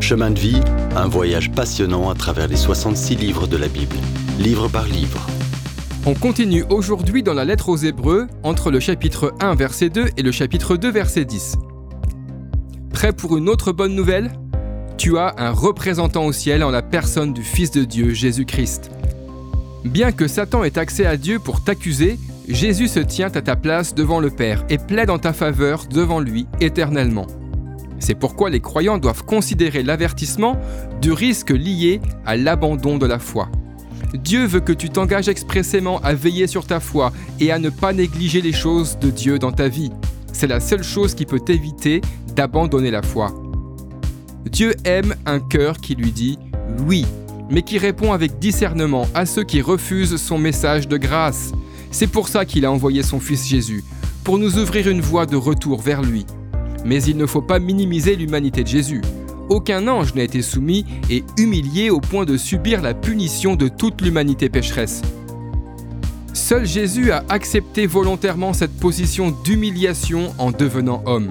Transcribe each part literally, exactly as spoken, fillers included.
Chemin de vie, un voyage passionnant à travers les soixante-six livres de la Bible, livre par livre. On continue aujourd'hui dans la lettre aux Hébreux, entre le chapitre un, verset deux et le chapitre deux, verset dix. Prêt pour une autre bonne nouvelle ? Tu as un représentant au ciel en la personne du Fils de Dieu, Jésus-Christ. Bien que Satan ait accès à Dieu pour t'accuser, Jésus se tient à ta place devant le Père et plaide en ta faveur devant lui éternellement. C'est pourquoi les croyants doivent considérer l'avertissement du risque lié à l'abandon de la foi. Dieu veut que tu t'engages expressément à veiller sur ta foi et à ne pas négliger les choses de Dieu dans ta vie. C'est la seule chose qui peut t'éviter d'abandonner la foi. Dieu aime un cœur qui lui dit « oui », mais qui répond avec discernement à ceux qui refusent son message de grâce. C'est pour ça qu'il a envoyé son Fils Jésus, pour nous ouvrir une voie de retour vers lui. Mais il ne faut pas minimiser l'humanité de Jésus. Aucun ange n'a été soumis et humilié au point de subir la punition de toute l'humanité pécheresse. Seul Jésus a accepté volontairement cette position d'humiliation en devenant homme.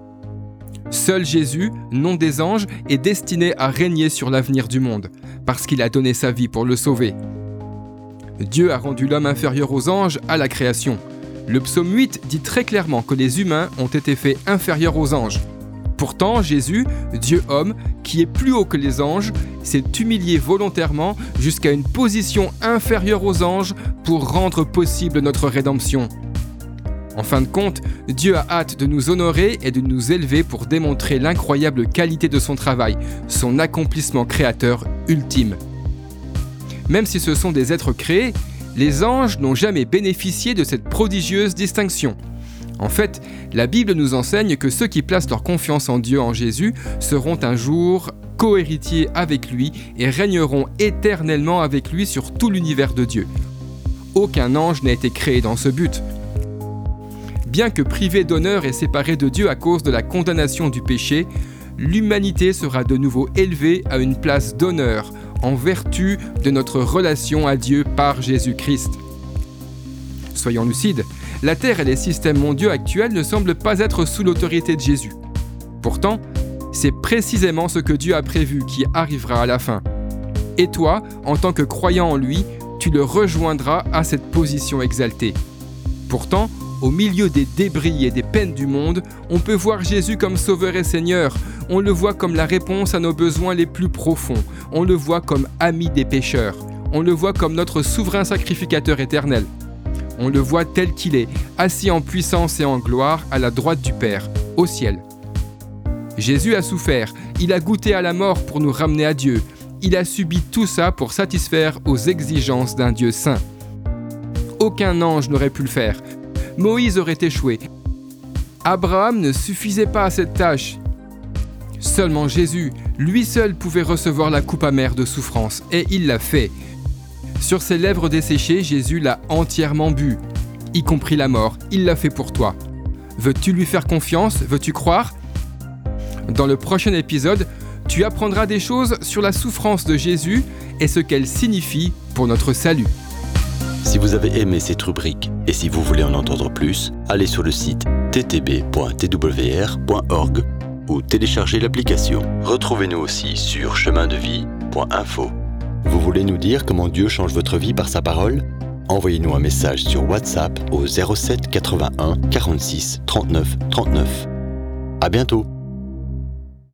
Seul Jésus, nom des anges, est destiné à régner sur l'avenir du monde, parce qu'il a donné sa vie pour le sauver. Dieu a rendu l'homme inférieur aux anges à la création. Le psaume huit dit très clairement que les humains ont été faits inférieurs aux anges. Pourtant, Jésus, Dieu homme, qui est plus haut que les anges, s'est humilié volontairement jusqu'à une position inférieure aux anges pour rendre possible notre rédemption. En fin de compte, Dieu a hâte de nous honorer et de nous élever pour démontrer l'incroyable qualité de son travail, son accomplissement créateur ultime. Même si ce sont des êtres créés, les anges n'ont jamais bénéficié de cette prodigieuse distinction. En fait, la Bible nous enseigne que ceux qui placent leur confiance en Dieu, en Jésus, seront un jour co-héritiers avec lui et régneront éternellement avec lui sur tout l'univers de Dieu. Aucun ange n'a été créé dans ce but. Bien que privée d'honneur et séparée de Dieu à cause de la condamnation du péché, l'humanité sera de nouveau élevée à une place d'honneur en vertu de notre relation à Dieu par Jésus-Christ. Soyons lucides, la Terre et les systèmes mondiaux actuels ne semblent pas être sous l'autorité de Jésus. Pourtant, c'est précisément ce que Dieu a prévu qui arrivera à la fin. Et toi, en tant que croyant en lui, tu le rejoindras à cette position exaltée. Pourtant, au milieu des débris et des peines du monde, on peut voir Jésus comme Sauveur et Seigneur. On le voit comme la réponse à nos besoins les plus profonds. On le voit comme ami des pécheurs. On le voit comme notre souverain sacrificateur éternel. On le voit tel qu'il est, assis en puissance et en gloire à la droite du Père, au ciel. Jésus a souffert, il a goûté à la mort pour nous ramener à Dieu. Il a subi tout ça pour satisfaire aux exigences d'un Dieu saint. Aucun ange n'aurait pu le faire. Moïse aurait échoué. Abraham ne suffisait pas à cette tâche. Seulement Jésus, lui seul pouvait recevoir la coupe amère de souffrance, et il l'a fait. Sur ses lèvres desséchées, Jésus l'a entièrement bu, y compris la mort. Il l'a fait pour toi. Veux-tu lui faire confiance ? Veux-tu croire ? Dans le prochain épisode, tu apprendras des choses sur la souffrance de Jésus et ce qu'elle signifie pour notre salut. Si vous avez aimé cette rubrique et si vous voulez en entendre plus, allez sur le site t t b point t w r point org ou téléchargez l'application. Retrouvez-nous aussi sur chemin de vie point info. Vous voulez nous dire comment Dieu change votre vie par sa parole ? Envoyez-nous un message sur WhatsApp au zéro sept quatre-vingt-un quarante-six trente-neuf trente-neuf. À bientôt.